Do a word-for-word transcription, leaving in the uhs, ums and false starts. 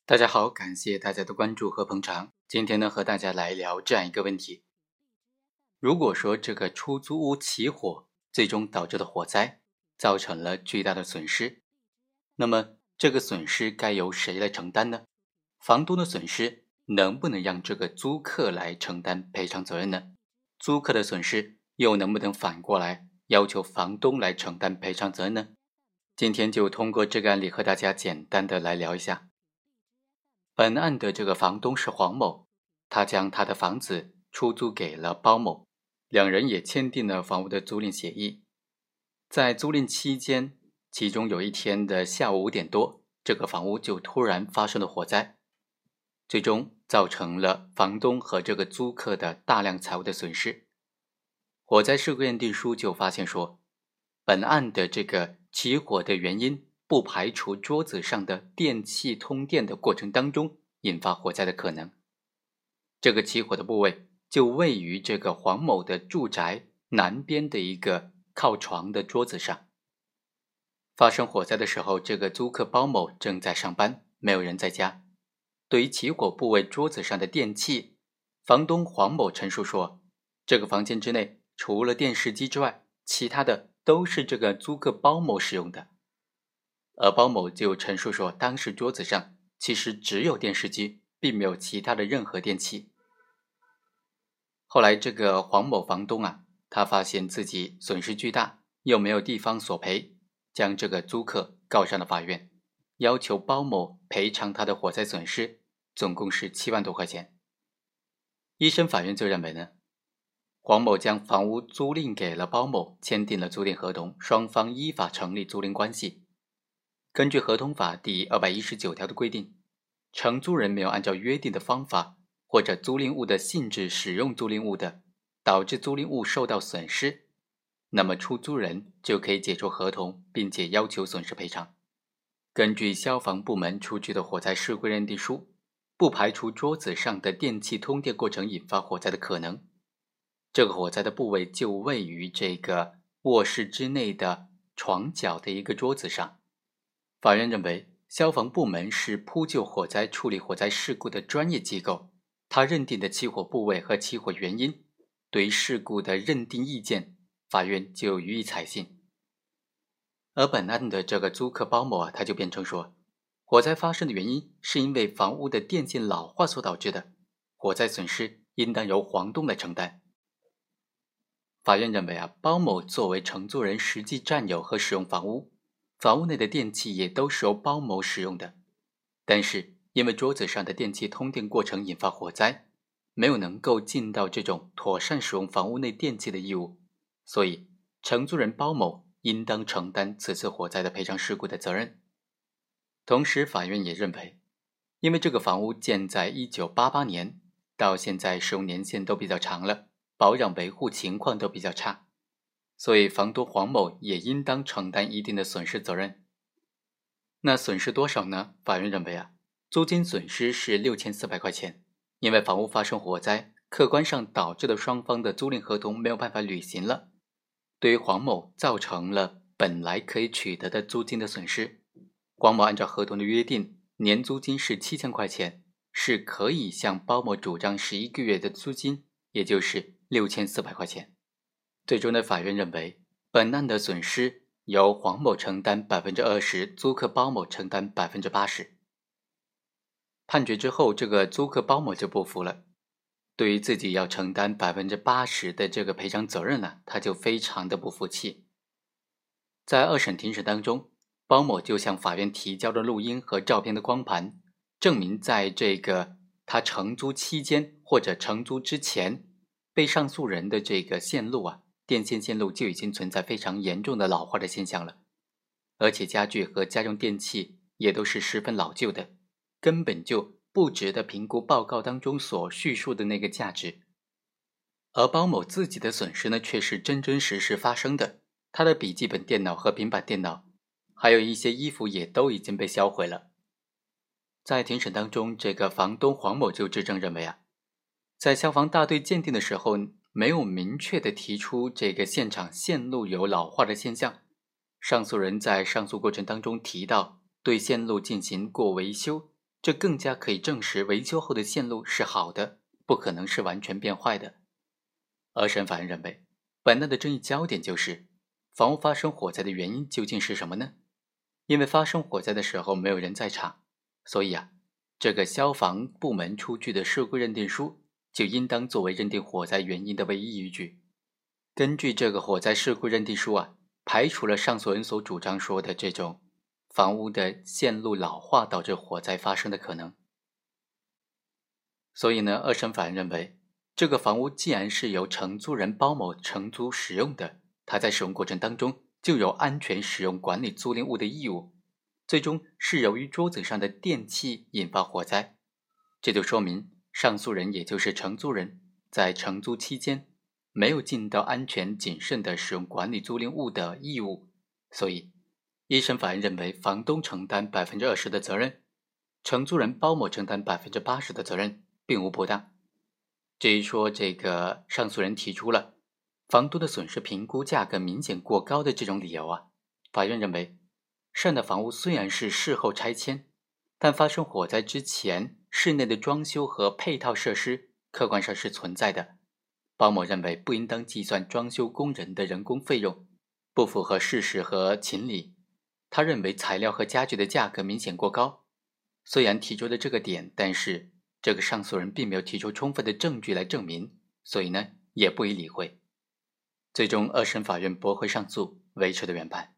大家好，感谢大家的关注和捧场。今天呢，和大家来聊这样一个问题：如果说这个出租屋起火，最终导致的火灾造成了巨大的损失，那么这个损失该由谁来承担呢？房东的损失能不能让这个租客来承担赔偿责任呢？租客的损失又能不能反过来要求房东来承担赔偿责任呢？今天就通过这个案例和大家简单的来聊一下。本案的这个房东是黄某，他将他的房子出租给了包某，两人也签订了房屋的租赁协议。在租赁期间，其中有一天的下午五点多，这个房屋就突然发生了火灾，最终造成了房东和这个租客的大量财物的损失。火灾事故验定书就发现说，本案的这个起火的原因不排除桌子上的电器通电的过程当中引发火灾的可能。这个起火的部位就位于这个黄某的住宅南边的一个靠床的桌子上。发生火灾的时候，这个租客包某正在上班，没有人在家。对于起火部位桌子上的电器，房东黄某陈述说，这个房间之内除了电视机之外，其他的都是这个租客包某使用的。而包某就陈述说，当时桌子上其实只有电视机，并没有其他的任何电器。后来这个黄某房东啊，他发现自己损失巨大，又没有地方索赔，将这个租客告上了法院，要求包某赔偿他的火灾损失，总共是七万多块钱。一审法院就认为呢，黄某将房屋租赁给了包某，签订了租赁合同，双方依法成立租赁关系。根据合同法第二百一十九条的规定，承租人没有按照约定的方法或者租赁物的性质使用租赁物的，导致租赁物受到损失，那么出租人就可以解除合同，并且要求损失赔偿。根据消防部门出具的火灾事故认定书，不排除桌子上的电器通电过程引发火灾的可能。这个火灾的部位就位于这个卧室之内的床角的一个桌子上。法院认为，消防部门是扑救火灾、处理火灾事故的专业机构，他认定的起火部位和起火原因，对于事故的认定意见，法院就予以采信。而本案的这个租客包某啊，他就辩称说，火灾发生的原因是因为房屋的电线老化所导致的，火灾损失应当由房东来承担。法院认为啊，包某作为承租人实际占有和使用房屋，房屋内的电器也都是由包某使用的，但是因为桌子上的电器通电过程引发火灾，没有能够尽到这种妥善使用房屋内电器的义务，所以承租人包某应当承担此次火灾的赔偿事故的责任。同时法院也认为，因为这个房屋建在一九八八年，到现在使用年限都比较长了，保养维护情况都比较差，所以房东黄某也应当承担一定的损失责任。那损失多少呢？法院认为啊，租金损失是六千四百块钱，因为房屋发生火灾，客观上导致了双方的租赁合同没有办法履行了，对于黄某造成了本来可以取得的租金的损失。黄某按照合同的约定，年租金是七千块钱，是可以向包某主张十一个月的租金，也就是六千四百块钱。最终的法院认为，本案的损失由黄某承担 百分之二十， 租客包某承担 百分之八十。 判决之后，这个租客包某就不服了，对于自己要承担 百分之八十 的这个赔偿责任呢，他就非常的不服气。在二审庭审当中，包某就向法院提交了录音和照片的光盘，证明在这个他承租期间或者承租之前，被上诉人的这个线路啊，电线线路就已经存在非常严重的老化的现象了，而且家具和家用电器也都是十分老旧的，根本就不值得评估报告当中所叙述的那个价值。而包某自己的损失呢，却是真真实实发生的，他的笔记本电脑和平板电脑，还有一些衣服也都已经被销毁了。在庭审当中，这个房东黄某就质证认为啊，在消防大队鉴定的时候，没有明确的提出这个现场线路有老化的现象。上诉人在上诉过程当中提到对线路进行过维修， 这更加可以证实维修后的线路是好的，不可能是完全变坏的。二审法院认为，本案的争议焦点就是房屋发生火灾的原因究竟是什么呢？因为发生火灾的时候没有人在场，所以啊，这个消防部门出具的事故认定书就应当作为认定火灾原因的唯一依据。根据这个火灾事故认定书啊，排除了上诉人所主张说的这种房屋的线路老化导致火灾发生的可能。所以呢，二审法院认为，这个房屋既然是由承租人包某承租使用的，他在使用过程当中就有安全使用管理租赁物的义务，最终是由于桌子上的电器引发火灾，这就说明上诉人也就是承租人在承租期间没有尽到安全谨慎的使用管理租赁物的义务，所以一审法院认为房东承担 百分之二十 的责任，承租人包某承担 百分之八十 的责任，并无不当。至于说这个上诉人提出了房东的损失评估价格明显过高的这种理由啊，法院认为涉案的房屋虽然是事后拆迁，但发生火灾之前室内的装修和配套设施客观上是存在的，包某认为不应当计算装修工人的人工费用，不符合事实和情理。他认为材料和家具的价格明显过高，虽然提出了这个点，但是这个上诉人并没有提出充分的证据来证明，所以呢也不予理会。最终二审法院驳回上诉，维持了原判。